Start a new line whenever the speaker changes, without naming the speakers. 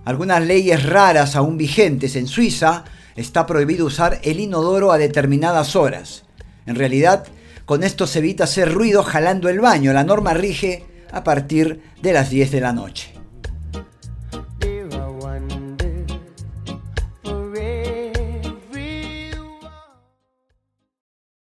Algunas leyes raras aún vigentes en Suiza está prohibido usar el inodoro a determinadas horas. En realidad, con esto se evita hacer ruido jalando el baño. La norma rige a partir de las 10 de la noche.